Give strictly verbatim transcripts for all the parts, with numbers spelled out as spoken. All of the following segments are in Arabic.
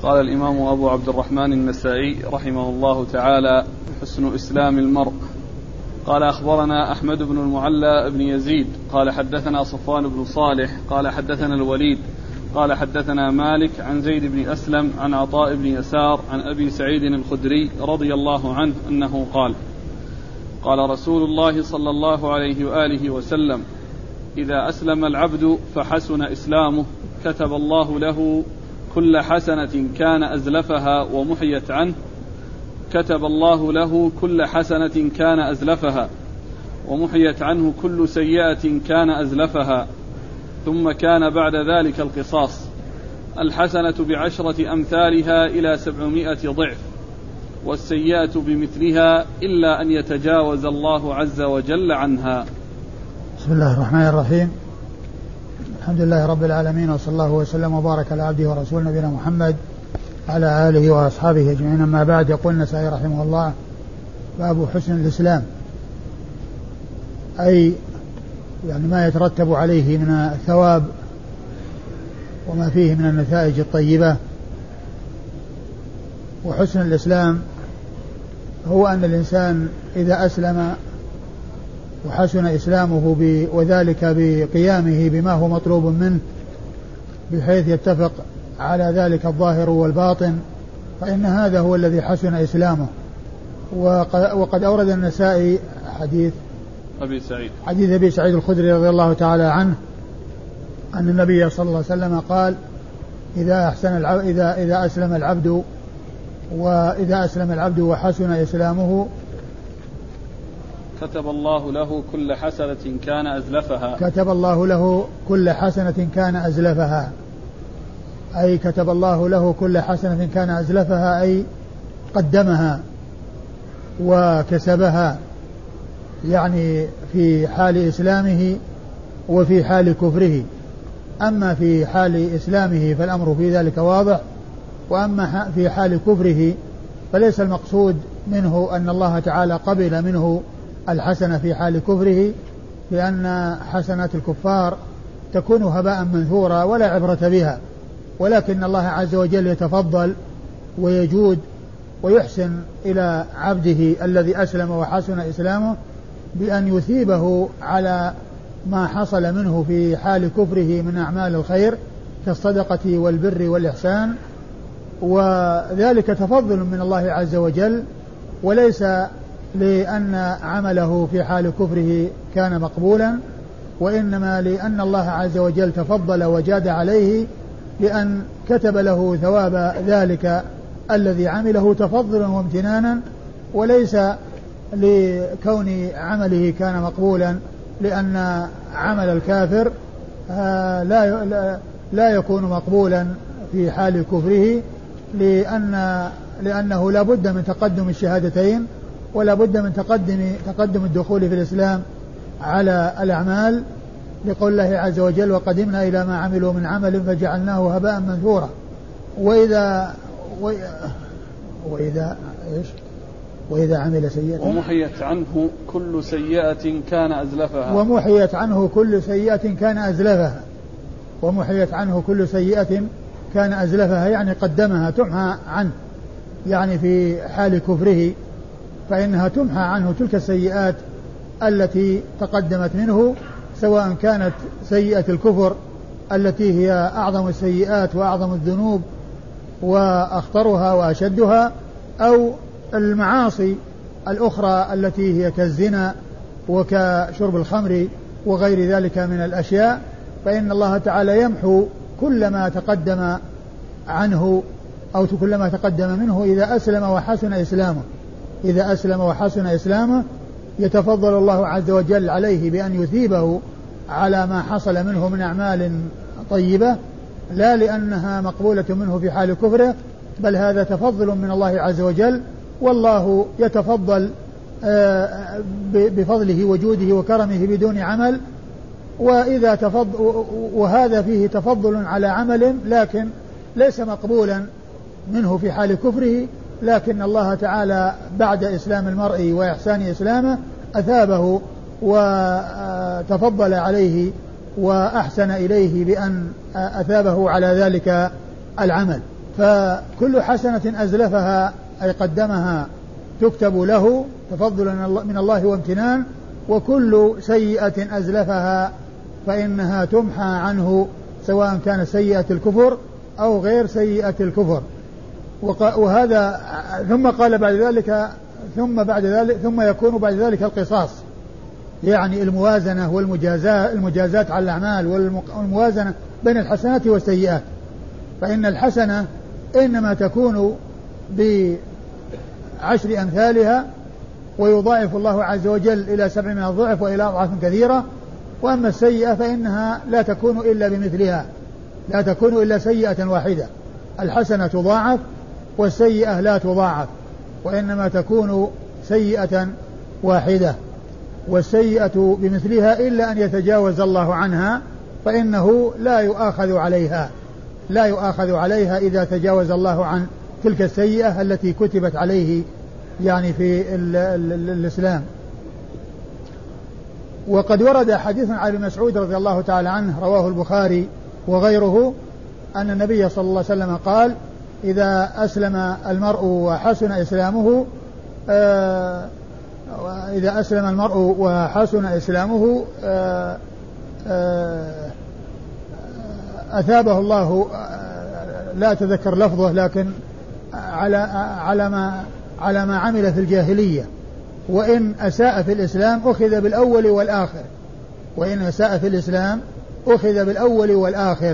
قال الإمام أبو عبد الرحمن النسائي رحمه الله تعالى: حسن إسلام المرء. قال أخبرنا أحمد بن المعلى بن يزيد قال حدثنا صفوان بن صالح قال حدثنا الوليد قال حدثنا مالك عن زيد بن أسلم عن عطاء بن يسار عن أبي سعيد الخدري رضي الله عنه أنه قال: قال رسول الله صلى الله عليه وآله وسلم: إذا أسلم العبد فحسن إسلامه كتب الله له كل حسنة كان أزلفها ومحيت عنه كتب الله له كل حسنة كان أزلفها ومحيت عنه كل سيئة كان أزلفها، ثم كان بعد ذلك القصاص، الحسنة بعشرة أمثالها إلى سبعمائة ضعف، والسيئة بمثلها إلا أن يتجاوز الله عز وجل عنها. بسم الله الرحمن الرحيم. الحمد لله رب العالمين، وصلى الله وسلم وبارك على عبده ورسوله نبينا محمد على آله وأصحابه أجمعين. أما بعد، يقول النسائي رحمه الله: باب حسن الإسلام، أي يعني ما يترتب عليه من الثواب وما فيه من النتائج الطيبة. وحسن الإسلام هو أن الإنسان إذا أسلم وحسن إسلامه وذلك بقيامه بما هو مطلوب منه بحيث يتفق على ذلك الظاهر والباطن، فإن هذا هو الذي حسن إسلامه. وقد أورد النسائي حديث أبي سعيد حديث أبي سعيد الخدري رضي الله تعالى عنه أن النبي صلى الله عليه وسلم قال: إذا أحسن العبد إذا إذا أسلم العبد وإذا أسلم العبد وحسن إسلامه كتب الله له كل حسنة كان أزلفها كتب الله له كل حسنة كان أزلفها أي كتب الله له كل حسنة كان أزلفها أي قدمها وكسبها، يعني في حال إسلامه وفي حال كفره. أما في حال إسلامه فالأمر في ذلك واضح، وأما في حال كفره فليس المقصود منه أن الله تعالى قبل منه الحسنة في حال كفره، لأن حسنات الكفار تكون هباء منثورا ولا عبرة بها، ولكن الله عز وجل يتفضل ويجود ويحسن إلى عبده الذي أسلم وحسن إسلامه بأن يثيبه على ما حصل منه في حال كفره من أعمال الخير كالصدقة والبر والإحسان، وذلك تفضل من الله عز وجل، وليس لأن عمله في حال كفره كان مقبولا، وإنما لأن الله عز وجل تفضل وجاد عليه بأن كتب له ثواب ذلك الذي عمله تفضلا وامتنانا، وليس لكون عمله كان مقبولا، لأن عمل الكافر لا لا يكون مقبولا في حال كفره، لأن لأنه لا بد من تقدم الشهادتين، ولا بد من تقدم تقدم الدخول في الإسلام على الأعمال، لقول الله عز وجل: وقدمنا إلى ما عملوا من عمل فجعلناه هباء منثورا. وإذا وإذا إيش وإذا عمل سيئة ومحيت عنه كل سيئة كان أزلفها ومحيت عنه كل سيئة كان أزلفها ومحيت عنه كل سيئة كان أزلفها يعني قدمها، تمحى عنه، يعني في حال كفره فإنها تمحى عنه تلك السيئات التي تقدمت منه، سواء كانت سيئة الكفر التي هي أعظم السيئات وأعظم الذنوب وأخطرها وأشدها، أو المعاصي الأخرى التي هي كالزنا وكشرب الخمر وغير ذلك من الأشياء، فإن الله تعالى يمحو كل ما تقدم عنه أو كل ما تقدم منه إذا أسلم وحسن إسلامه. إذا أسلم وحسن إسلامه يتفضل الله عز وجل عليه بأن يثيبه على ما حصل منه من أعمال طيبة، لا لأنها مقبولة منه في حال كفره، بل هذا تفضل من الله عز وجل، والله يتفضل بفضله وجوده وكرمه بدون عمل. وإذا تفضل وهذا فيه تفضل على عمل لكن ليس مقبولا منه في حال كفره، لكن الله تعالى بعد إسلام المرء وإحسان إسلامه أثابه وتفضل عليه وأحسن إليه بأن أثابه على ذلك العمل. فكل حسنة أزلفها أي قدمها تكتب له تفضلا من الله وامتنان، وكل سيئة أزلفها فإنها تمحى عنه سواء كانت سيئة الكفر أو غير سيئة الكفر. وهذا ثم قال بعد ذلك ثم بعد ذلك ثم يكون بعد ذلك القصاص، يعني الموازنة والمجازات المجازات على الأعمال والموازنة بين الحسنات والسيئات. فإن الحسنة إنما تكون بعشر أمثالها ويضاعف الله عز وجل إلى سبع من الضعف وإلى أضعاف كثيرة، وأما السيئة فإنها لا تكون إلا بمثلها، لا تكون إلا سيئة واحدة. الحسنة تضاعف والسيئة لا تضاعف، وإنما تكون سيئة واحدة، والسيئة بمثلها إلا أن يتجاوز الله عنها فإنه لا يؤاخذ عليها لا يؤاخذ عليها إذا تجاوز الله عن تلك السيئة التي كتبت عليه يعني في ال ال ال الإسلام. وقد ورد حديث عن ابن مسعود رضي الله تعالى عنه رواه البخاري وغيره أن النبي صلى الله عليه وسلم قال: إذا أسلم المرء وحسن إسلامه آه إذا أسلم المرء وحسن إسلامه آه آه أثابه الله، لا أتذكر لفظه، لكن على على ما على ما عمل في الجاهلية، وإن أساء في الإسلام أخذ بالأول والآخر وإن أساء في الإسلام أخذ بالأول والآخر.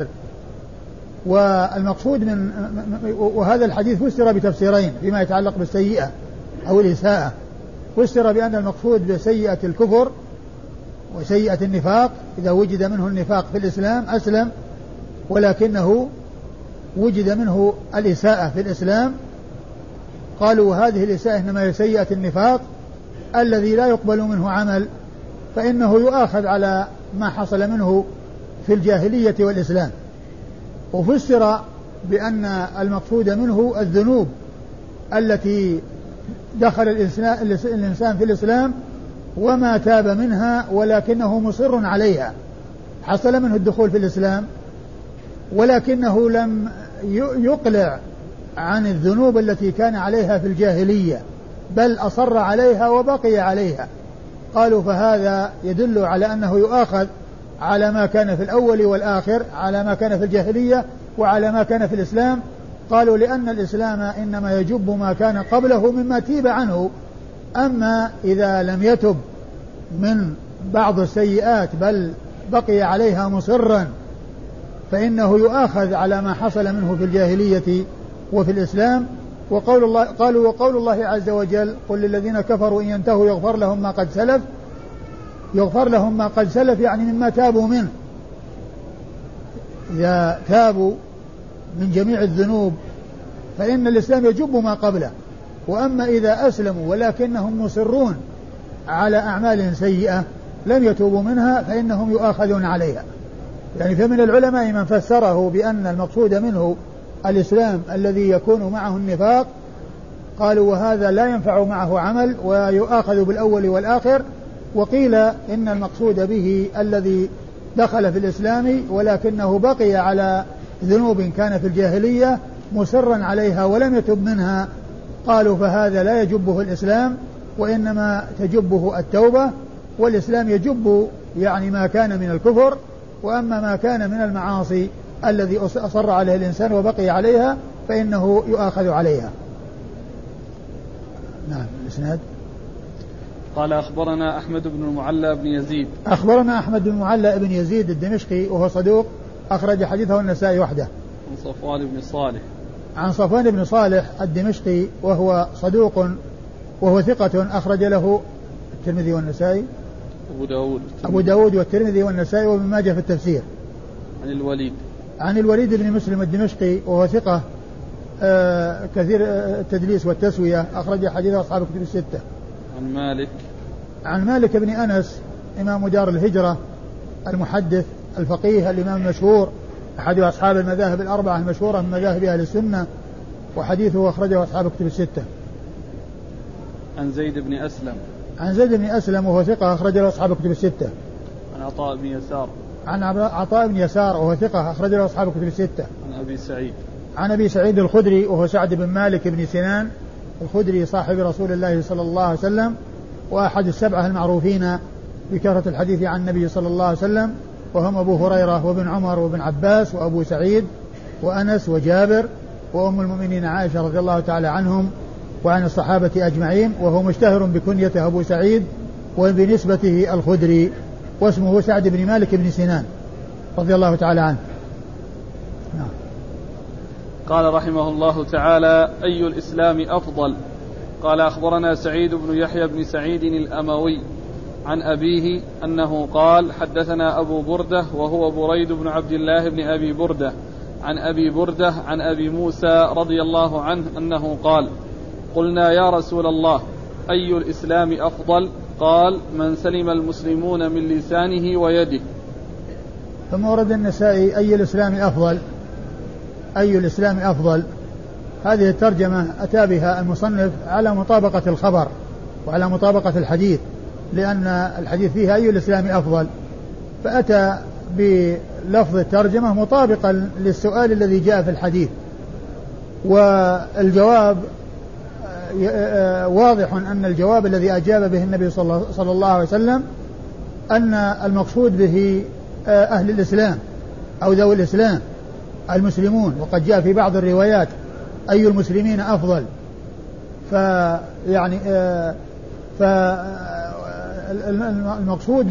والمقصود من وهذا الحديث فسر بتفسيرين فيما يتعلق بالسيئة أو الإساءة. فسر بأن المقصود بسيئة الكفر وسيئة النفاق، إذا وجد منه النفاق في الإسلام أسلم ولكنه وجد منه الإساءة في الإسلام، قالوا هذه الإساءة إنما هي سيئة النفاق الذي لا يقبل منه عمل، فإنه يؤاخذ على ما حصل منه في الجاهلية والإسلام. وفسر بأن المقصود منه الذنوب التي دخل الإنسان في الإسلام وما تاب منها ولكنه مصر عليها، حصل منه الدخول في الإسلام ولكنه لم يقلع عن الذنوب التي كان عليها في الجاهلية، بل أصر عليها وبقي عليها. قالوا فهذا يدل على أنه يؤاخذ على ما كان في الأول والآخر، على ما كان في الجاهلية وعلى ما كان في الإسلام. قالوا لأن الإسلام إنما يجب ما كان قبله مما تيب عنه، أما إذا لم يتب من بعض السيئات بل بقي عليها مصرا فإنه يؤاخذ على ما حصل منه في الجاهلية وفي الإسلام. وقول الله قالوا وقول الله عز وجل: قل للذين كفروا إن ينتهوا يغفر لهم ما قد سلف. يغفر لهم ما قد سلف يعني مما تابوا منه، إذا تابوا من جميع الذنوب فإن الإسلام يجب ما قبله. وأما إذا أسلموا ولكنهم مصرون على أعمال سيئة لم يتوبوا منها فإنهم يؤاخذون عليها. يعني فمن العلماء من فسره بأن المقصود منه الإسلام الذي يكون معه النفاق، قالوا وهذا لا ينفع معه عمل ويؤاخذ بالأول والآخر. وقيل إن المقصود به الذي دخل في الإسلام ولكنه بقي على ذنوب كان في الجاهلية مصرا عليها ولم يتب منها، قالوا فهذا لا يجبه الإسلام وإنما تجبه التوبة، والإسلام يجب يعني ما كان من الكفر، وأما ما كان من المعاصي الذي أصر عليه الإنسان وبقي عليها فإنه يؤاخذ عليها. نعم. الإسناد قال: أخبرنا أحمد بن المعلى بن يزيد. أخبرنا أحمد بن المعلى بن يزيد الدمشقي وهو صدوق أخرج حديثه النسائي وحده. عن صفوان بن صالح. عن صفوان بن صالح الدمشقي وهو صدوق وهو ثقة أخرج له الترمذي والنسائي أبو داود أبو داود والترمذي والنسائي وابن ماجه في التفسير. عن الوليد عن الوليد بن مسلم الدمشقي وهو ثقة آه كثير التدليس والتسوية أخرج حديثه أصحاب الكتب الستة. عن مالك عن مالك بن أنس إمام دار الهجرة المحدث الفقيه الإمام المشهور أحد أصحاب المذاهب الأربعة المشهورة من مذاهب أهل السنة، وحديثه أخرجه أصحاب الكتب الستة. عن زيد بن أسلم عن زيد بن أسلم وهو ثقة أخرج له أصحاب الكتب الستة. عن عطاء بن يسار عن عطاء بن يسار وهو ثقة أخرج له أصحاب الكتب الستة. عن أبي سعيد عن أبي سعيد الخدري وهو سعد بن مالك بن سنان الخدري صاحب رسول الله صلى الله عليه وسلم وأحد السبعة المعروفين بكثرة الحديث عن النبي صلى الله عليه وسلم، وهم أبو هريرة وابن عمر وابن عباس وأبو سعيد وأنس وجابر وأم المؤمنين عائشة رضي الله تعالى عنهم وعن الصحابة أجمعين، وهو مشتهر بكنيته أبو سعيد وبنسبته الخدري، واسمه سعد بن مالك بن سنان رضي الله تعالى عنه. نعم. قال رحمه الله تعالى: أي الإسلام أفضل؟ قال: أخبرنا سعيد بن يحيى بن سعيد الأموي عن أبيه أنه قال: حدثنا أبو بردة وهو بريد بن عبد الله بن أبي بردة عن أبي بردة عن أبي موسى رضي الله عنه أنه قال: قلنا يا رسول الله أي الإسلام أفضل؟ قال: من سلم المسلمون من لسانه ويده. ثم ورد النسائي: أي الإسلام أفضل؟ أي الإسلام أفضل؟ هذه الترجمة أتى بها المصنف على مطابقة الخبر وعلى مطابقة الحديث، لأن الحديث فيها أي الإسلام أفضل، فأتى بلفظ الترجمة مطابقا للسؤال الذي جاء في الحديث. والجواب واضح أن الجواب الذي أجاب به النبي صلى الله عليه وسلم أن المقصود به أهل الإسلام أو ذوي الإسلام المسلمون، وقد جاء في بعض الروايات أي المسلمين أفضل. فيعني فالمقصود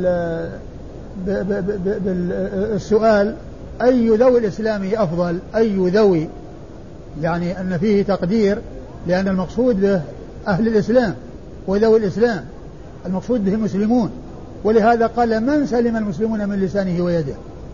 بالسؤال أي ذوي الإسلام أفضل، أي ذوي، يعني أن فيه تقدير، لأن المقصود به أهل الإسلام وذوي الإسلام، المقصود به المسلمون، ولهذا قال: من سلم المسلمون من لسانه ويده.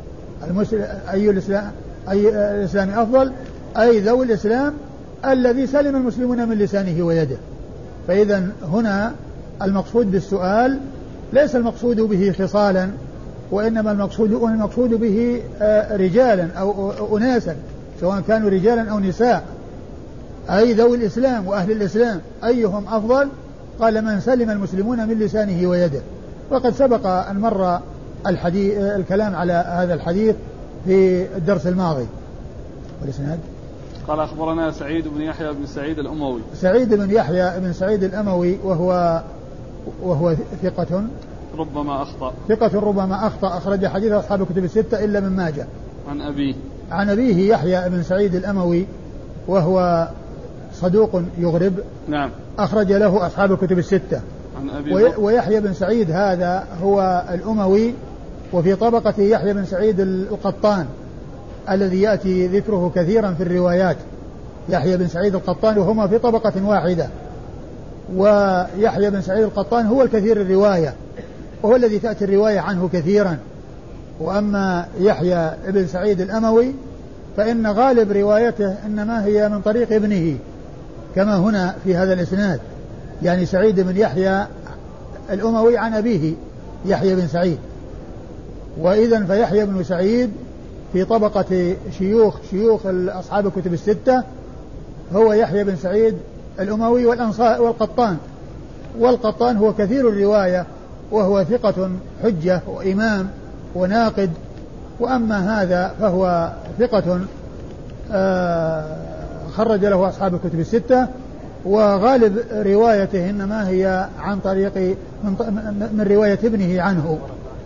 أي الإسلام أي الإسلام أفضل، أي ذوي الإسلام الذي سلم المسلمون من لسانه ويده. فإذا هنا المقصود بالسؤال ليس المقصود به خصالا، وإنما المقصود المقصود به رجالا أو أناسا، سواء كانوا رجالا أو نساء، أي ذوي الإسلام وأهل الإسلام أيهم أفضل؟ قال: من سلم المسلمون من لسانه ويده. وقد سبق أن مر الحديث الكلام على هذا الحديث في الدرس الماضي. والإسناد قال: أخبرنا سعيد بن يحيى بن سعيد الأموي. سعيد بن يحيى بن سعيد الأموي وهو وهو ثقة ربما أخطأ ثقة ربما أخطأ أخرج حديث أصحاب الكتب الستة إلا من ماجه. عن أبيه عن أبيه يحيى بن سعيد الأموي وهو صدوق يغرب. نعم. أخرج له أصحاب الكتب الستة. عن أبي وي ويحيى بن سعيد هذا هو الأموي، وفي طبقة يحيى بن سعيد القطان الذي يأتي ذكره كثيرا في الروايات. يحيى بن سعيد القطان وهما في طبقة واحدة، ويحيى بن سعيد القطان هو الكثير الرواية وهو الذي تأتي الرواية عنه كثيرا. وأما يحيى بن سعيد الأموي فإن غالب روايته إنما هي من طريق ابنه، كما هنا في هذا الإسناد، يعني سعيد بن يحيى الأموي عن أبيه يحيى بن سعيد. وإذن فيحيى بن سعيد في طبقة شيوخ شيوخ أصحاب الكتب الستة هو يحيى بن سعيد الأموي والأنصار والقطان. والقطان هو كثير الرواية وهو ثقة حجة وإمام وناقد، وأما هذا فهو ثقة خرج له أصحاب الكتب الستة، وغالب روايته إنما هي عن طريق من, من رواية ابنه عنه.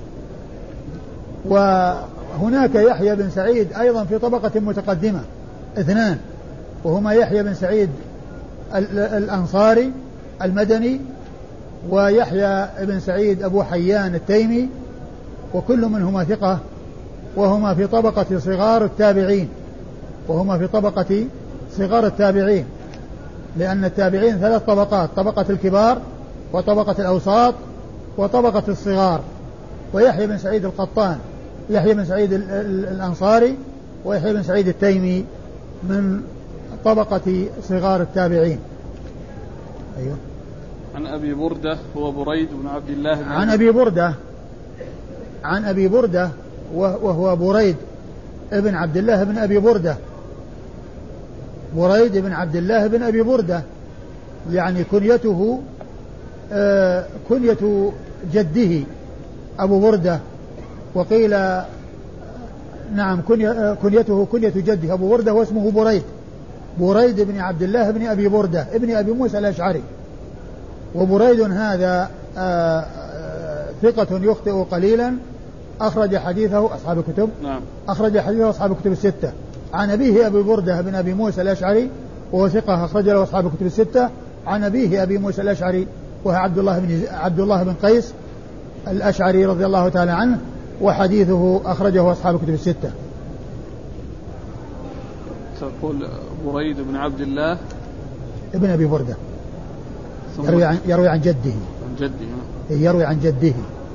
وهناك يحيى بن سعيد أيضا في طبقة متقدمة اثنان، وهما يحيى بن سعيد الأنصاري المدني ويحيى بن سعيد أبو حيان التيمي، وكل منهما ثقة، وهما في طبقة صغار التابعين وهما في طبقة صغار التابعين لأن التابعين ثلاث طبقات: طبقة الكبار وطبقة الأوساط وطبقة الصغار. ويحيى بن سعيد القطان يحيى بن سعيد الأنصاري ويحيى بن سعيد التيمي من طبقة صغار التابعين. أيوه. عن أبي بردة هو بريد بن عبد الله بن عن أبي بردة عن أبي بردة وهو بريد ابن عبد الله بن أبي بردة بريد بن عبد الله بن أبي بردة، يعني كنيته آه كنية جده أبو بردة، وقيل نعم كنيته كنية جده أبو بردة واسمه بريد، بريد بن عبد الله بن أبي بردة ابن أبي موسى الأشعري. وبريد هذا آآ آآ ثقة يخطئ قليلا، أخرج حديثه أصحاب الكتب نعم. أخرج حديثه أصحاب الكتب الستة. عن أبيه أبي بردة بن أبي موسى الأشعري وهو ثقة أخرج له أصحاب الكتب الستة. عن أبيه أبي موسى الأشعري وهو عبد الله بن عبد الله بن قيس الأشعري رضي الله تعالى عنه، وحديثه أخرجه أصحاب الكتب الستة. تقول بريد بن عبد الله ابن أبي بردة يروي عن, يروي عن جده عن جده يروي عن جده.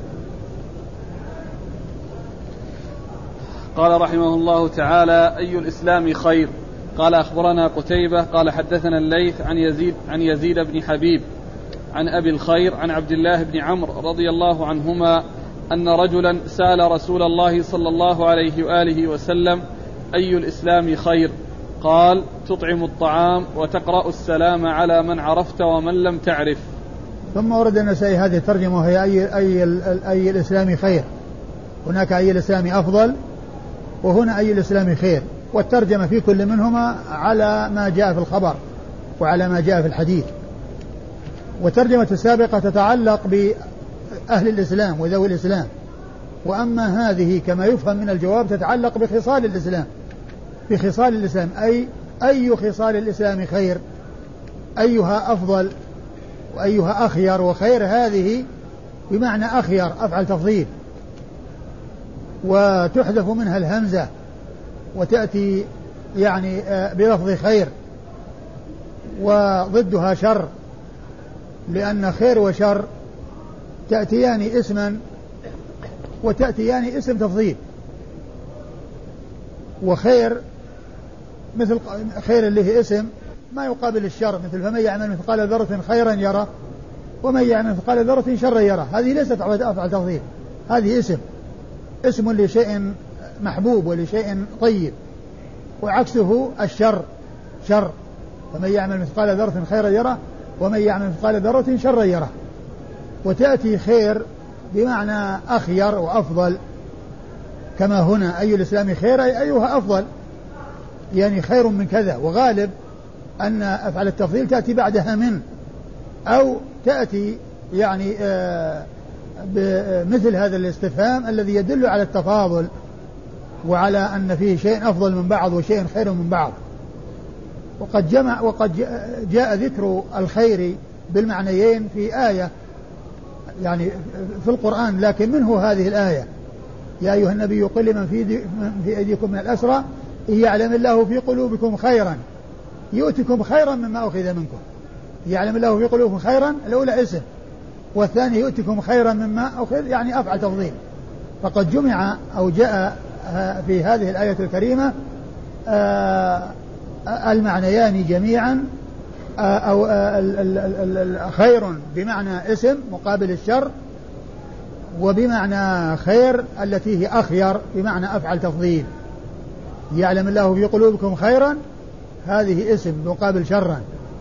قال رحمه الله تعالى: أي الإسلام خير؟ قال أخبرنا قتيبة قال حدثنا الليث عن يزيد عن يزيد بن حبيب عن أبي الخير عن عبد الله بن عمرو رضي الله عنهما أن رجلا سأل رسول الله صلى الله عليه وآله وسلم: أي الإسلام خير؟ قال: تطعم الطعام وتقرأ السلام على من عرفت ومن لم تعرف. ثم ورد النسائي هذه الترجمة وهي أي, أي, أي الإسلام خير. هناك أي الإسلام أفضل، وهنا أي الإسلام خير، والترجمة في كل منهما على ما جاء في الخبر وعلى ما جاء في الحديث. والترجمة السابقة تتعلق بأهل الإسلام وذوي الإسلام، وأما هذه كما يفهم من الجواب تتعلق بخصال الإسلام، بخصال الإسلام أي أي خصال الإسلام خير، أيها أفضل وأيها أخير. وخير هذه بمعنى أخير أفعل تفضيل، وتحذف منها الهمزة وتأتي يعني بلفظ خير، وضدها شر، لأن خير وشر تأتيان اسما وتأتيان اسم تفضيل. وخير مثل خير اللي هي اسم ما يقابل الشر، مثل فمن يعمل مثقال ذرة خيرا يره ومن يعمل مثقال ذرة شرا يره. هذه ليست أفعل تفضيل، هذه اسم اسم لشيء محبوب ولشيء طيب، وعكسه الشر شر. فمن يعمل مثقال ذرة خيرا يره ومن يعمل مثقال ذرة شرا يره. وتأتي خير بمعنى أخير وأفضل، كما هنا أي الإسلام خير أي أيها أفضل، يعني خير من كذا. وغالب أن أفعل التفضيل تأتي بعدها من، أو تأتي يعني آه بمثل هذا الاستفهام الذي يدل على التفاضل وعلى أن فيه شيء أفضل من بعض وشيء خير من بعض. وقد جمع وقد جاء ذكر الخير بالمعنيين في آية يعني في القرآن، لكن منه هذه الآية: يا أيها النبي قل لمن في أيديكم من الأسرى إن يعلم الله في قلوبكم خيرا يؤتكم خيرا مما أخذ منكم. يعلم الله في قلوبكم خيرا الأولى اسم، والثاني يؤتكم خيرا مما أخذ يعني أفعل تفضيل. فقد جمع أو جاء في هذه الآية الكريمة المعنيان جميعا، أو خير بمعنى اسم مقابل الشر، وبمعنى خير التي هي أخير بمعنى أفعل تفضيل. يعلم الله في قلوبكم خيرا هذه اسم مقابل شرا،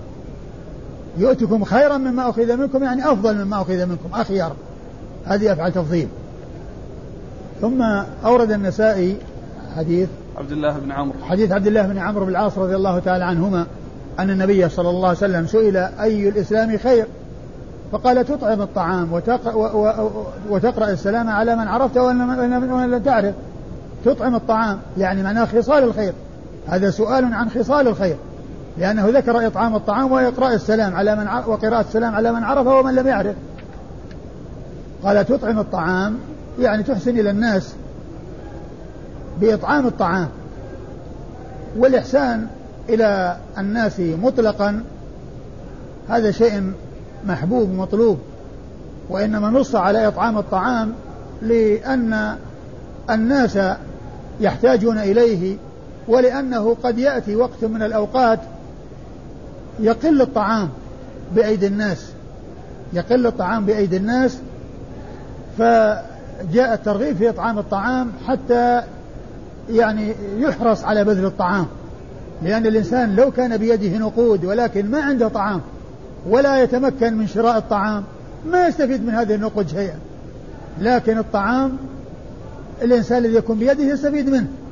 يؤتكم خيرا مما أخذ منكم يعني أفضل مما أخذ منكم أخير، هذه أفعل تفضيل. ثم أورد النسائي حديث عبد الله بن عمرو حديث عبد الله بن عمرو بن العاص رضي الله تعالى عنهما أن النبي صلى الله عليه وسلم سئل أي الإسلام خير، فقال: تطعم الطعام وتقرأ, وتقرأ السلام على من عرفت ومن لم تعرف. تطعم الطعام يعني معناه خصال الخير، هذا سؤال عن خصال الخير، لأنه ذكر إطعام الطعام وإقراء السلام على من ع... وقراءة السلام على من عرف ومن لم يعرف. قال: تطعم الطعام يعني تحسن إلى الناس بإطعام الطعام. والإحسان إلى الناس مطلقا هذا شيء محبوب مطلوب، وإنما نص على إطعام الطعام لأن الناس يحتاجون إليه، ولأنه قد يأتي وقت من الأوقات يقل الطعام بأيدي الناس يقل الطعام بأيدي الناس فجاء الترغيب في إطعام الطعام حتى يعني يحرص على بذل الطعام، لأن الإنسان لو كان بيده نقود ولكن ما عنده طعام ولا يتمكن من شراء الطعام ما يستفيد من هذه النقود شيئا، لكن الطعام الإنسان الذي يكون بيده يستفيد منه،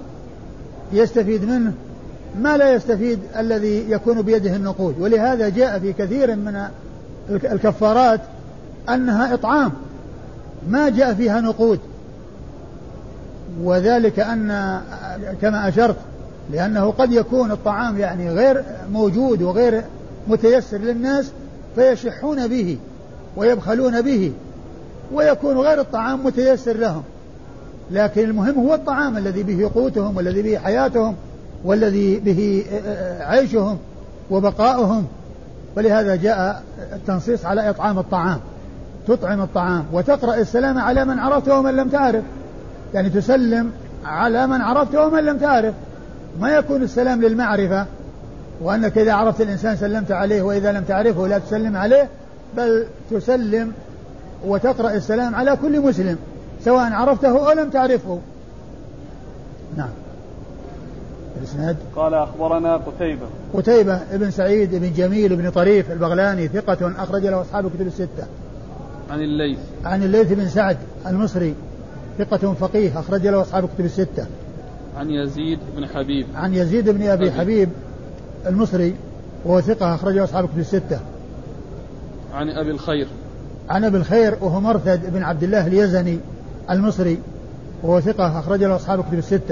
يستفيد منه ما لا يستفيد الذي يكون بيده النقود. ولهذا جاء في كثير من الكفارات أنها إطعام ما جاء فيها نقود، وذلك أن كما أشرت لأنه قد يكون الطعام يعني غير موجود وغير متيسر للناس فيشحون به ويبخلون به، ويكون غير الطعام متيسر لهم، لكن المهم هو الطعام الذي به قوتهم والذي به حياتهم والذي به عيشهم وبقاؤهم. ولهذا جاء التنصيص على إطعام الطعام، تطعم الطعام وتقرأ السلام على من عرفته ومن لم تعرف، يعني تسلم على من عرفته ومن لم تعرف، ما يكون السلام للمعرفة وأنك إذا عرفت الإنسان سلمت عليه وإذا لم تعرفه لا تسلم عليه، بل تسلم وتقرأ السلام على كل مسلم سواء عرفته أو لم تعرفه. نعم. الإسناد قال أخبرنا قتيبة قتيبة ابن سعيد ابن جميل ابن طريف البغلاني ثقة أخرج له أصحاب الكتب الستة. عن الليث عن الليث بن سعد المصري ثقة فقيه أخرج له أصحاب الكتب الستة. عن يزيد بن حبيب عن يزيد بن أبي حبيب المصري وهو ثقة أخرج له أصحاب الكتب الستة. عن أبي الخير عن أبي الخير وهو مرثد بن عبد الله اليزني المصري وهو ثقة أخرج له أصحاب الكتب الستة.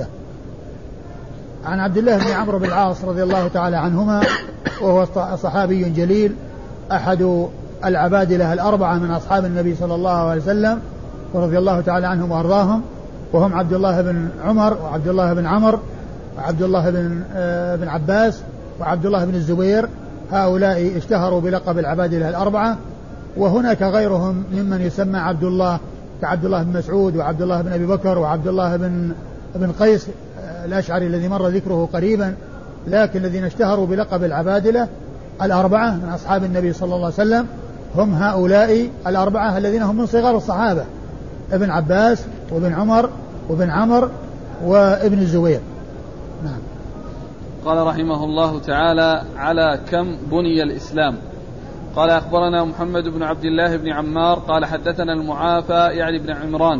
عن عبد الله بن عمرو بن العاص رضي الله تعالى عنهما وهو صحابي جليل أحد العبادلة الأربعة من أصحاب النبي صلى الله عليه وسلم ورضي الله تعالى عنهم وأرضاهم، وهم عبد الله بن عمر وعبد الله بن عمر وعبد الله بن بن عباس وعبد الله بن الزبير. هؤلاء اشتهروا بلقب العبادلة الأربعة، وهناك غيرهم ممن يسمى عبد الله كعبد الله بن مسعود وعبد الله بن أبي بكر وعبد الله بن بن قيس الأشعري الذي مر ذكره قريبا، لكن الذين اشتهروا بلقب العبادلة الأربعة من أصحاب النبي صلى الله عليه وسلم هم هؤلاء الأربعة الذين هم من صغار الصحابة، ابن عباس وابن عمر وابن عمر وابن الزبير. نعم. قال رحمه الله تعالى: على كم بني الإسلام؟ قال أخبرنا محمد بن عبد الله بن عمار قال حدثنا المعافى يعني بن عمران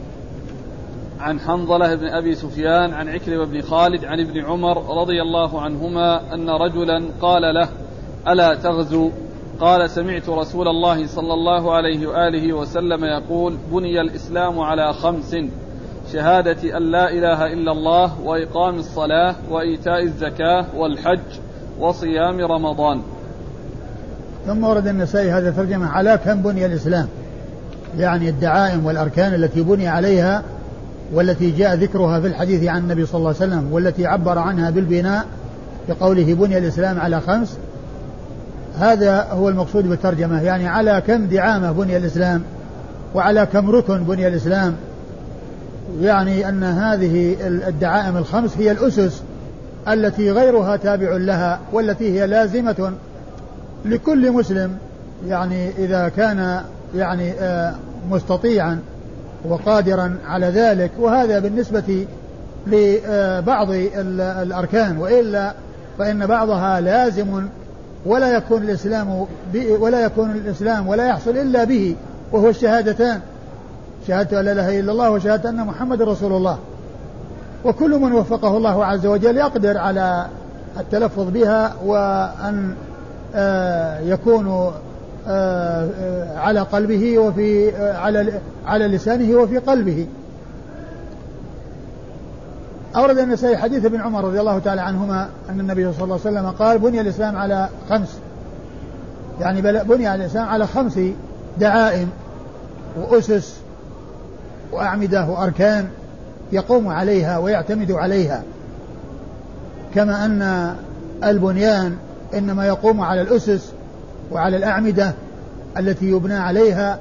عن حنظلة بن أبي سفيان عن عكرمة بن خالد عن ابن عمر رضي الله عنهما أن رجلا قال له: ألا تغزو؟ قال: سمعت رسول الله صلى الله عليه وآله وسلم يقول: بني الإسلام على خمس: شهادة أن لا إله إلا الله، وإقام الصلاة، وإيتاء الزكاة، والحج، وصيام رمضان. ثم ورد النسائي هذا الترجمة على كم بني الإسلام، يعني الدعائم والأركان التي بني عليها والتي جاء ذكرها في الحديث عن النبي صلى الله عليه وسلم والتي عبر عنها بالبناء بقوله بني الإسلام على خمس. هذا هو المقصود بالترجمة، يعني على كم دعامة بني الإسلام وعلى كم ركن بني الإسلام، يعني أن هذه الدعائم الخمس هي الأسس التي غيرها تابع لها والتي هي لازمة لكل مسلم، يعني إذا كان يعني مستطيعا وقادرا على ذلك. وهذا بالنسبة لبعض الأركان، وإلا فإن بعضها لازم ولا يكون الإسلام ولا يكون الإسلام ولا يحصل إلا به، وهو الشهادتان، شهادة لا إله إلا الله وشهادة أن محمد رسول الله. وكل من وفقه الله عز وجل يقدر على التلفظ بها وأن يكون على قلبه وفي على على لسانه وفي قلبه. أورد النسائي حديث ابن عمر رضي الله تعالى عنهما أن النبي صلى الله عليه وسلم قال: بني الإسلام على خمس، يعني بني الإسلام على خمس دعائم وأسس وأعمدة وأركان يقوم عليها ويعتمد عليها، كما أن البنيان إنما يقوم على الأسس وعلى الأعمدة التي يبنى عليها،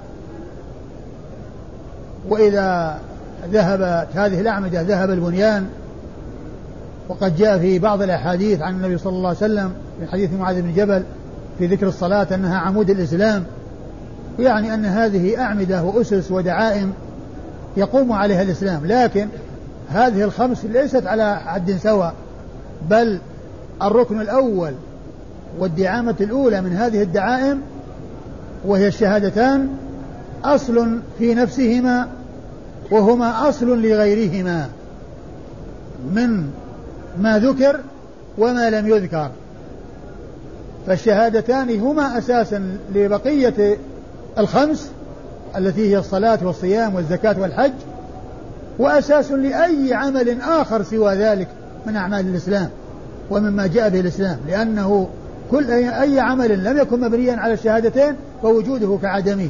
وإذا ذهبت هذه الأعمدة ذهب البنيان. وقد جاء في بعض الأحاديث عن النبي صلى الله عليه وسلم من حديث معاذ بن جبل في ذكر الصلاة أنها عمود الإسلام، يعني أن هذه أعمدة وأسس ودعائم يقوم عليها الإسلام. لكن هذه الخمس ليست على حد سواء، بل الركن الأول والدعامة الأولى من هذه الدعائم وهي الشهادتان أصل في نفسهما، وهما أصل لغيرهما من ما ذكر وما لم يذكر. فالشهادتان هما أساسا لبقية الخمس التي هي الصلاة والصيام والزكاة والحج، وأساس لأي عمل آخر سوى ذلك من أعمال الإسلام ومما جاء به الإسلام، لأنه كل أي عمل لم يكن مبنيا على الشهادتين فوجوده كعدمه.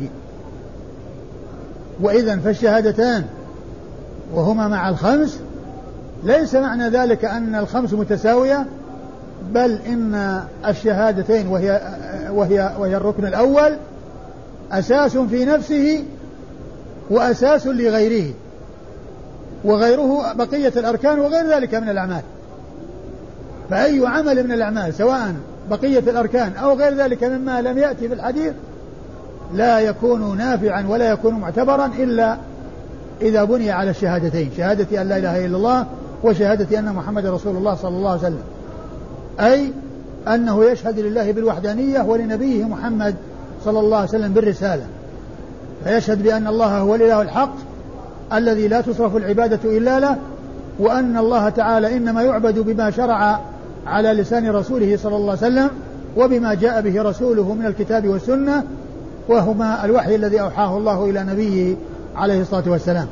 وإذن فالشهادتان وهما مع الخمس ليس معنى ذلك أن الخمس متساوية، بل إن الشهادتين وهي, وهي, وهي الركن الأول أساس في نفسه وأساس لغيره، وغيره بقية الأركان وغير ذلك من الأعمال. فأي عمل من الأعمال سواء بقية الأركان أو غير ذلك مما لم يأتي في الحديث لا يكون نافعا ولا يكون معتبرا إلا إذا بني على الشهادتين، شهادة أن لا إله إلا الله وشهادة أن محمد رسول الله صلى الله عليه وسلم، أي أنه يشهد لله بالوحدانية ولنبيه محمد صلى الله عليه وسلم بالرسالة، فيشهد بأن الله هو الإله الحق الذي لا تصرف العبادة إلا له، وأن الله تعالى إنما يعبد بما شرع على لسان رسوله صلى الله عليه وسلم وبما جاء به رسوله من الكتاب والسنة، وهما الوحي الذي أوحاه الله إلى نبيه عليه الصلاة والسلام.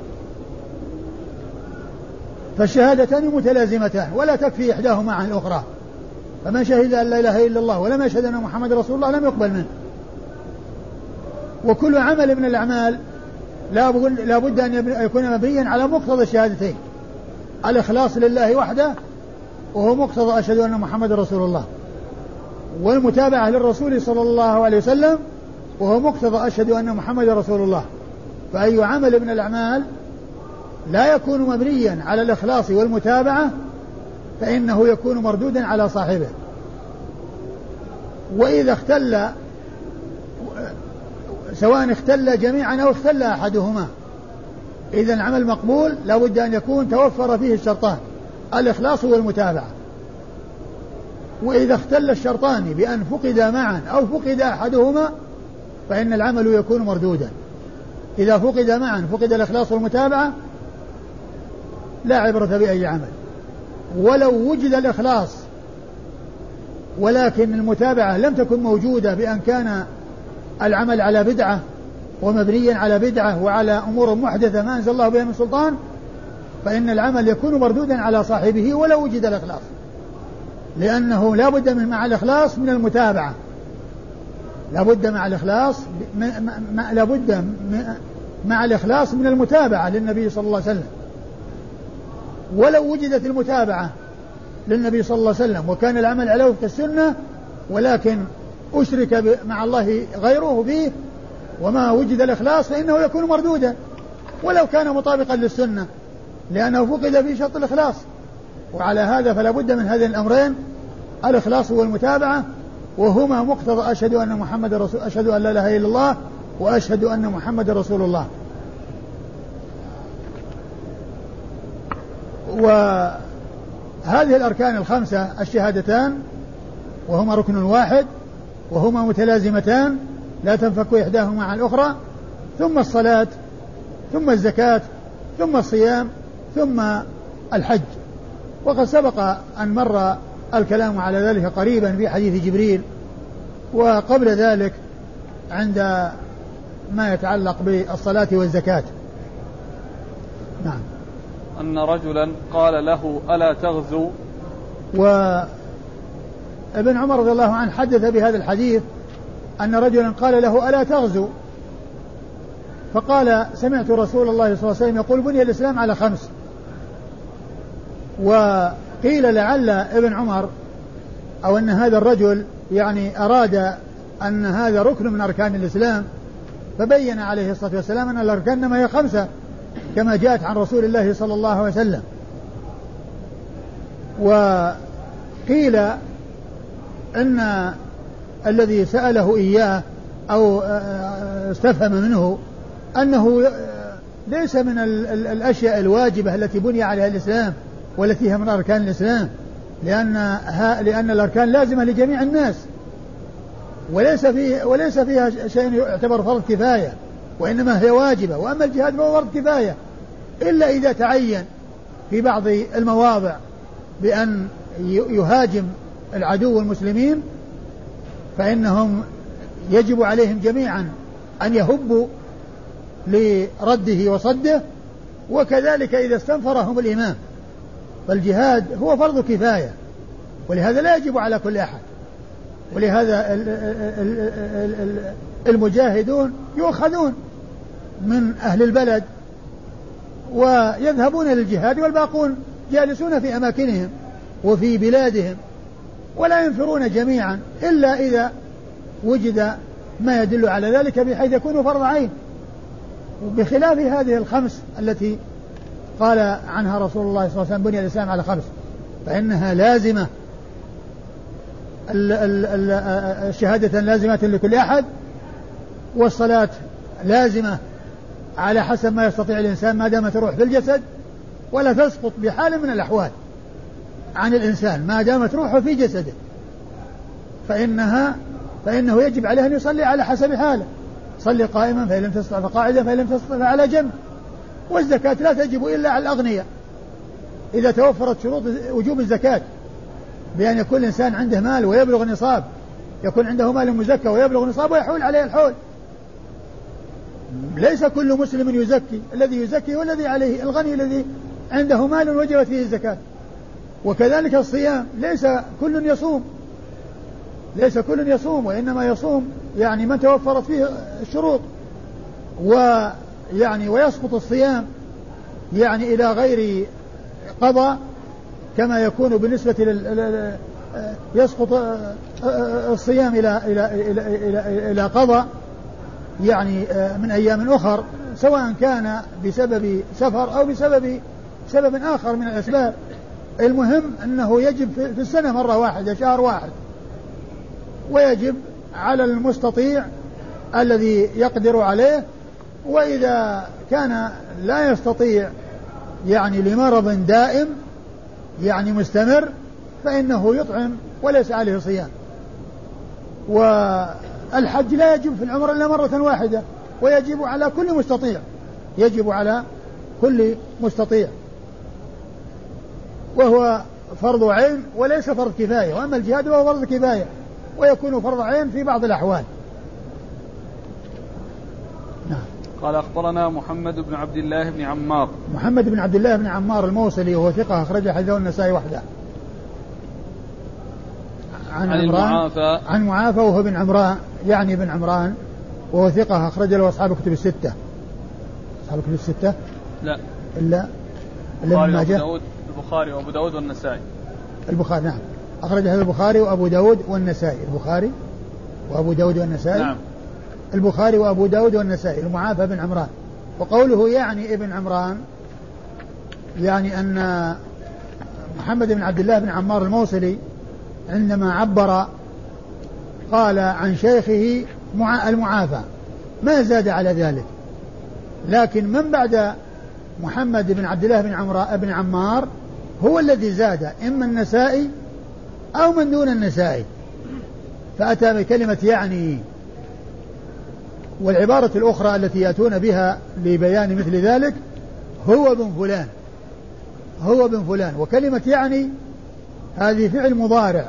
فالشهادتان متلازمتان ولا تكفي إحداهما عن الأخرى، فمن شهد أن لا إله إلا الله ولم يشهد أن محمد رسول الله لم يقبل منه. وكل عمل من الأعمال لا بد أن يكون مبنيا على مقتضى الشهادتين، الإخلاص لله وحده وهو مقتضى أشهد أن محمد رسول الله، والمتابعة للرسول صلى الله عليه وسلم وهو مقتضى أشهد أن محمد رسول الله. فأي عمل من الأعمال لا يكون مبنيا على الإخلاص والمتابعة فإنه يكون مردودا على صاحبه. وإذا اختل سواء اختل جميعا أو اختل أحدهما، إذا العمل مقبول لا بد أن يكون توفر فيه الشرطان الإخلاص والمتابعة. وإذا اختل الشرطان بأن فقد معا أو فقد أحدهما فإن العمل يكون مردودا. إذا فقد معا فقد الإخلاص والمتابعة لا عبرة بأي عمل، ولو وجد الإخلاص ولكن المتابعة لم تكن موجودة بأن كان العمل على بدعة ومبنيا على بدعة وعلى أمور محدثة ما أنزل الله بها من سلطان، فإن العمل يكون مردودا على صاحبه ولو وجد الإخلاص، لأنه لا بد من مع الإخلاص من المتابعة، لا بد مع الإخلاص لا بد مع الإخلاص من المتابعة للنبي صلى الله عليه وسلم. ولو وجدت المتابعة للنبي صلى الله عليه وسلم وكان العمل على وفق السنة ولكن أشرك مع الله غيره فيه وما وجد الإخلاص فإنه يكون مردودا ولو كان مطابقا للسنة، لأنه فقد في شرط الإخلاص. وعلى هذا فلا بد من هذين الأمرين الإخلاص والمتابعة، وهما مقتضى أشهد أن محمد رسول أشهد أن لا إله إلا الله وأشهد أن محمد رسول الله. وهذه الأركان الخمسة الشهادتان وهما ركن واحد وهما متلازمتان لا تنفك إحداهما عن الأخرى، ثم الصلاة ثم الزكاة ثم الصيام ثم الحج. وقد سبق أن مر الكلام على ذلك قريبا في حديث جبريل، وقبل ذلك عند ما يتعلق بالصلاة والزكاة. نعم. أن رجلا قال له ألا تغزو، وابن عمر رضي الله عنه حدث بهذا الحديث أن رجلا قال له ألا تغزو، فقال سمعت رسول الله صلى الله عليه وسلم يقول بني الإسلام على خمس. وقيل لعل ابن عمر أو أن هذا الرجل يعني أراد أن هذا ركن من أركان الإسلام، فبين عليه الصلاة والسلام أن الأركان ما هي خمسة كما جاءت عن رسول الله صلى الله عليه وسلم. وقيل أن الذي سأله إياه أو استفهم منه أنه ليس من الأشياء الواجبة التي بني عليها الإسلام والتي هي من أركان الإسلام، لأن لأن الأركان لازمة لجميع الناس وليس فيه وليس فيها شيء يعتبر فرض كفاية، وإنما هي واجبة. وأما الجهاد فهو فرض كفاية إلا إذا تعين في بعض المواضع بأن يهاجم العدو المسلمين فإنهم يجب عليهم جميعا أن يهبوا لرده وصده، وكذلك إذا استنفرهم الإمام. فالجهاد هو فرض كفاية، ولهذا لا يجب على كل أحد، ولهذا المجاهدون يؤخذون من أهل البلد ويذهبون للجهاد، والباقون جالسون في أماكنهم وفي بلادهم ولا ينفرون جميعا إلا إذا وجد ما يدل على ذلك بحيث يكون فرض عين، بخلاف هذه الخمس التي قال عنها رسول الله صلى الله عليه وسلم بني الإسلام على خمس، فإنها لازمة، الشهادة لازمة لكل أحد، والصلاة لازمة على حسب ما يستطيع الإنسان ما دامت روح في الجسد، ولا تسقط بحال من الأحوال عن الإنسان ما دامت روحه في جسده، فإنها فإنه يجب عليه أن يصلي على حسب حاله، صلي قائما فإن لم تستطع فقاعدا فإن لم تستطع فعلى جنب. والزكاة لا تجب إلا على الأغنياء إذا توفرت شروط وجوب الزكاة، بأن يكون الإنسان عنده مال ويبلغ نصاب، يكون عنده مال مزكى ويبلغ نصاب ويحول عليه الحول. ليس كل مسلم يزكي، الذي يزكي هو الذي عليه الغني الذي عنده مال وجبت فيه الزكاة. وكذلك الصيام، ليس كل يصوم ليس كل يصوم وإنما يصوم يعني من توفرت فيه الشروط، ويعني ويسقط الصيام يعني إلى غير قضاء، كما يكون بالنسبة لل يسقط الصيام إلى إلى إلى إلى, إلى قضاء يعني من أيام أخر، سواء كان بسبب سفر أو بسبب سبب آخر من الأسباب. المهم أنه يجب في السنة مرة واحدة شهر واحد، ويجب على المستطيع الذي يقدر عليه، وإذا كان لا يستطيع يعني لمرض دائم يعني مستمر فإنه يطعم وليس عليه صيام. والحج لا يجب في العمر إلا مرة واحدة، ويجب على كل مستطيع يجب على كل مستطيع وهو فرض عين وليس فرض كفاية. وأما الجهاد هو فرض كفاية ويكون فرض عين في بعض الأحوال. نعم. قال أخبرنا محمد بن عبد الله بن عمار. محمد بن عبد الله بن عمار الموصلي وهو ثقة أخرج حديثه النسائي وحده. عن, عن المعافى عن معافى وهو بن عمران يعني بن عمران وهو ثقة أخرج له أصحاب الكتب الستة. أصحاب الكتب الستة؟ لا إلا البخاري وأبو داود البخاري وأبو داود والنسائي. البخاري نعم أخرج هذا البخاري وأبو داود والنسائي. البخاري وأبو داود والنسائي. نعم. البخاري وأبو داود والنسائي. المعافى بن عمران. وقوله يعني ابن عمران يعني أن محمد بن عبد الله بن عمار الموصلي عندما عبر قال عن شيخه المعافى ما زاد على ذلك، لكن من بعد محمد بن عبد الله بن عمران بن عمار هو الذي زاد، إما النسائي أو من دون النسائي، فأتى بكلمة يعني. والعبارة الأخرى التي يأتون بها لبيان مثل ذلك هو بن فلان هو بن فلان وكلمة يعني هذه فعل مضارع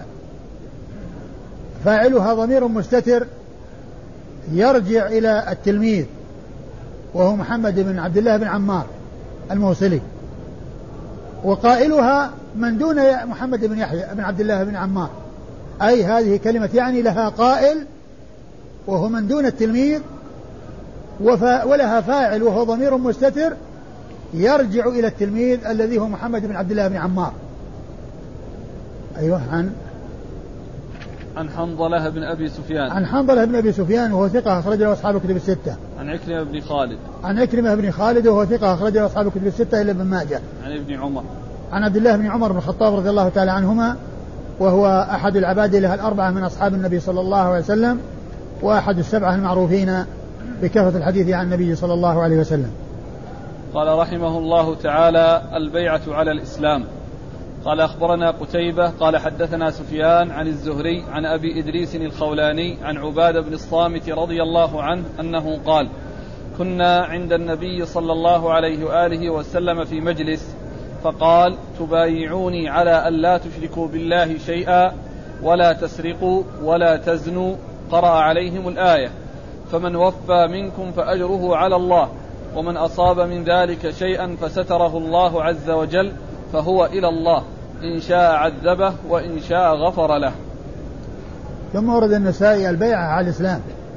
فاعلها ضمير مستتر يرجع إلى التلميذ وهو محمد بن عبد الله بن عمار الموصلي، وقائلها من دون محمد بن يحيى بن عبد الله بن عمار، أي هذه كلمة يعني لها قائل وهو من دون التلميذ ولها فاعل وهو ضمير مستتر يرجع إلى التلميذ الذي هو محمد بن عبد الله بن عمار. أيوة. عن عن حنظلة بن أبي سفيان. عن حنظلة بن أبي سفيان وهو ثقة أخرج له أصحاب الكتب الستة. عن عكرمة بن خالد. عن عكرمة بن خالد وهو ثقة أخرج له أصحاب الكتب الستة إلا ابن ماجه. عن ابن عمر. عن عبد الله بن عمر بن الخطاب رضي الله تعالى عنهما وهو أحد العبادلة الأربعة من أصحاب النبي صلى الله عليه وسلم وأحد السبعة المعروفين بكثرة الحديث عن النبي صلى الله عليه وسلم. قال رحمه الله تعالى: البيعة على الإسلام. قال أخبرنا قتيبة قال حدثنا سفيان عن الزهري عن أبي إدريس الخولاني عن عبادة بن الصامت رضي الله عنه أنه قال: كنا عند النبي صلى الله عليه وآله وسلم في مجلس فقال تبايعوني على أن لا تشركوا بالله شيئا ولا تسرقوا ولا تزنوا، قرأ عليهم الآية، فمن وفى منكم فأجره على الله، ومن أصاب من ذلك شيئا فستره الله عز وجل فهو إلى الله، إن شاء عذبه وإن شاء غفر له. ثم ورد النسائي البيعة على الإسلام،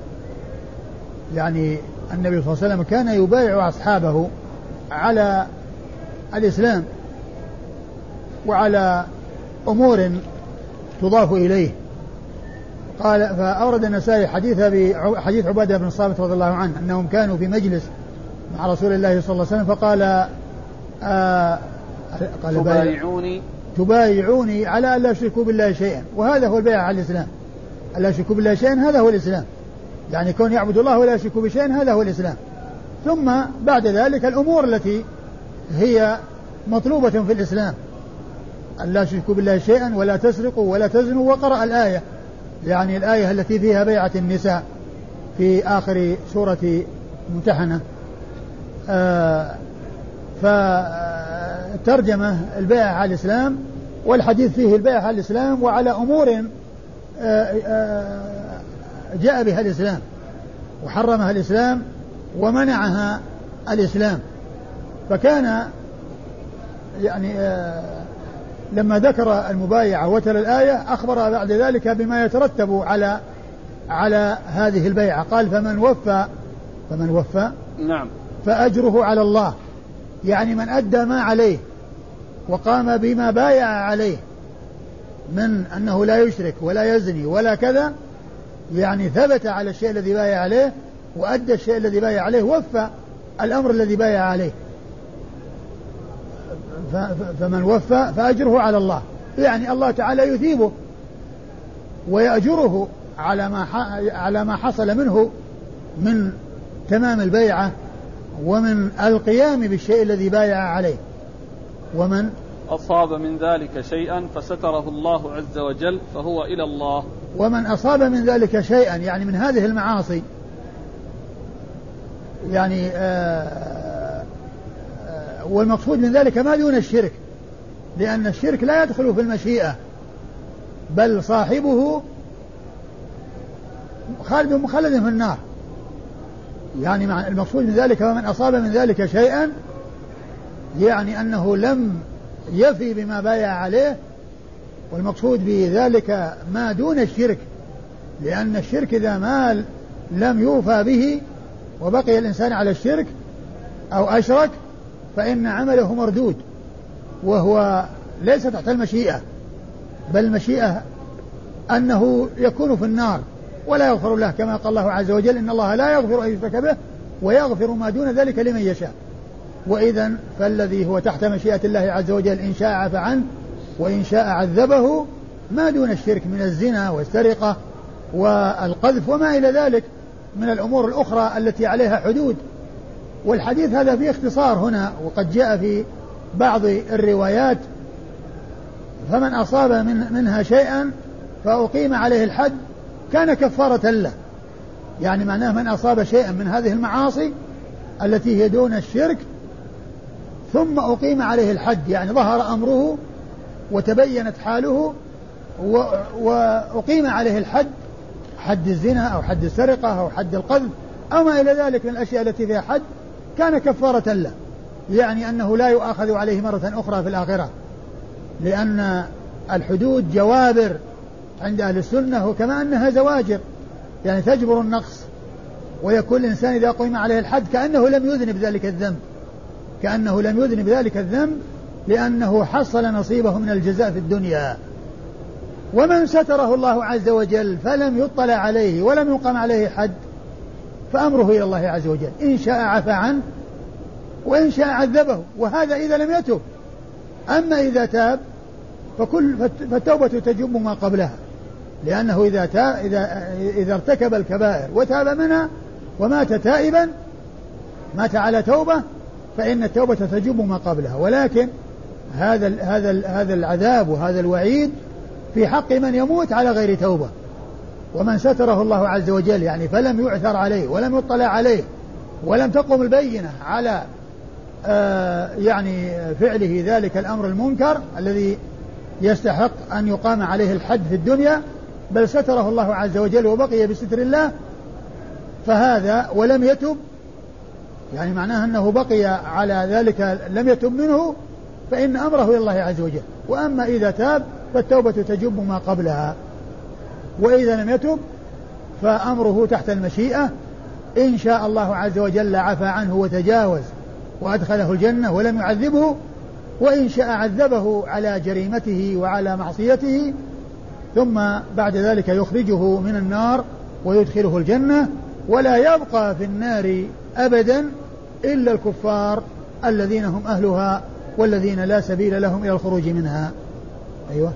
يعني النبي صلى الله عليه وسلم كان يبايع أصحابه على الإسلام وعلى أمور تضاف إليه. قال فأورد النسائي حديث حديث عبادة بن الصامت رضي الله عنه أنهم كانوا في مجلس مع رسول الله صلى الله عليه وسلم فقال آه قال تبايعوني تبايعوني على أن لا يشركوا بالله شيئا، وهذا هو البيع على الإسلام، أن لا يشركوا بالله شيئا هذا هو الإسلام، يعني كون يعبد الله ولا يشركوا بشيء هذا هو الإسلام. ثم بعد ذلك الأمور التي هي مطلوبة في الإسلام، أن لا يشركوا بالله شيئا ولا تسرقوا ولا تزنوا، وقرأ الآية، يعني الآية التي فيها بيعة النساء في آخر سورة ممتحنة. آه فترجمة البيعة على الإسلام، والحديث فيه البيعة على الإسلام وعلى أمور آه آه جاء بها الإسلام وحرمها الإسلام ومنعها الإسلام. فكان يعني آه لما ذكر المبايعة وتلا الآية أخبر بعد ذلك بما يترتب على على هذه البيعة. قال فمن وفى فمن وفى نعم فأجره على الله، يعني من أدى ما عليه وقام بما بايع عليه من أنه لا يشرك ولا يزني ولا كذا، يعني ثبت على الشيء الذي بايع عليه وأدى الشيء الذي بايع عليه، وفى الأمر الذي بايع عليه. فمن وفى فأجره على الله، يعني الله تعالى يثيبه ويأجره على ما على ما حصل منه من تمام البيعة ومن القيام بالشيء الذي بايع عليه. ومن أصاب من ذلك شيئا فستره الله عز وجل فهو إلى الله. ومن أصاب من ذلك شيئا يعني من هذه المعاصي، يعني آه آه والمقصود من ذلك ما دون الشرك، لأن الشرك لا يدخل في المشيئة بل صاحبه خالد مخلد في النار. يعني مع المقصود من ذلك ومن أصاب من ذلك شيئا يعني أنه لم يفي بما بايع عليه، والمقصود بذلك ما دون الشرك، لأن الشرك إذا ما لم يوفى به وبقي الإنسان على الشرك أو أشرك فإن عمله مردود، وهو ليس تحت المشيئة، بل المشيئة أنه يكون في النار ولا يغفر له، كما قال الله عز وجل إن الله لا يغفر أن يشرك به ويغفر ما دون ذلك لمن يشاء. وإذا فالذي هو تحت مشيئة الله عز وجل إن شاء عفى عنه وإن شاء عذبه ما دون الشرك من الزنا والسرقة والقذف وما إلى ذلك من الأمور الأخرى التي عليها حدود. والحديث هذا فيه اختصار هنا، وقد جاء في بعض الروايات فمن أصاب من منها شيئا فأقيم عليه الحد كان كفارة له، يعني معناه من أصاب شيئا من هذه المعاصي التي هي دون الشرك ثم أقيم عليه الحد، يعني ظهر أمره وتبينت حاله وأقيم عليه الحد، حد الزنا أو حد السرقة أو حد القذف أو ما إلى ذلك من الأشياء التي فيها حد، كان كفارة له، يعني أنه لا يؤاخذ عليه مرة أخرى في الآخرة، لأن الحدود جوابر عند أهل السنة وكما أنها زواجر، يعني تجبر النقص، ويكون الإنسان إذا قيم عليه الحد كأنه لم يذنب ذلك الذنب، كأنه لم يذنب ذلك الذنب لأنه حصل نصيبه من الجزاء في الدنيا. ومن ستره الله عز وجل فلم يطلع عليه ولم يقم عليه حد فأمره إلى الله عز وجل، إن شاء عفى عنه وإن شاء عذبه، وهذا إذا لم يتب. أما إذا تاب فكل فالتوبة تجب ما قبلها، لأنه إذا تا إذا إذا ارتكب الكبائر وتاب منها ومات تائبا مات على توبة فإن التوبة تجب ما قبلها. ولكن هذا هذا هذا العذاب وهذا الوعيد في حق من يموت على غير توبة. ومن ستره الله عز وجل يعني فلم يعثر عليه ولم يطلع عليه ولم تقم البينة على آه يعني فعله ذلك الأمر المنكر الذي يستحق أن يقام عليه الحد في الدنيا، بل ستره الله عز وجل وبقي بستر الله، فهذا ولم يتب، يعني معناه أنه بقي على ذلك لم يتب منه، فإن أمره إلى الله عز وجل. وأما إذا تاب فالتوبة تجب ما قبلها، وإذا لم يتب فأمره تحت المشيئة، إن شاء الله عز وجل عفى عنه وتجاوز وأدخله الجنة ولم يعذبه، وإن شاء عذبه على جريمته وعلى معصيته، ثم بعد ذلك يخرجه من النار ويدخله الجنة، ولا يبقى في النار أبدا إلا الكفار الذين هم أهلها والذين لا سبيل لهم إلى الخروج منها. أيوة.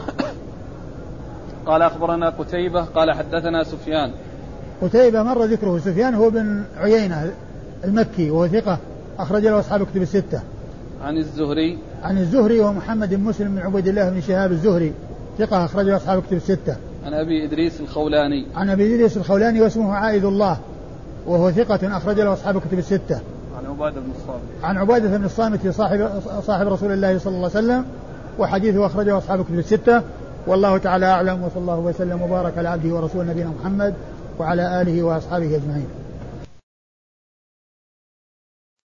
قال أخبرنا قتيبة قال حدثنا سفيان. قتيبة مر ذكره. سفيان هو بن عيينة المكي وهو ثقة أخرج له أصحاب كتب الستة. عن الزهري عن الزهري ومحمد بن مسلم بن عبيد الله بن شهاب الزهري ثقة أخرج له أصحاب كتب الستة. عن أبي إدريس الخولاني عن أبي إدريس الخولاني واسمه عائذ الله وهو ثقة أخرج له أصحاب كتب الستة. عن عبادة بن الصامت عن عبادة بن الصامت صاحب صاحب رسول الله صلى الله عليه وسلم، وحديثه أخرجه أصحاب كتب الستة. والله تعالى أعلم، وصلى الله وسلم وبارك على عبده ورسوله نبينا محمد وعلى آله وأصحابه أجمعين.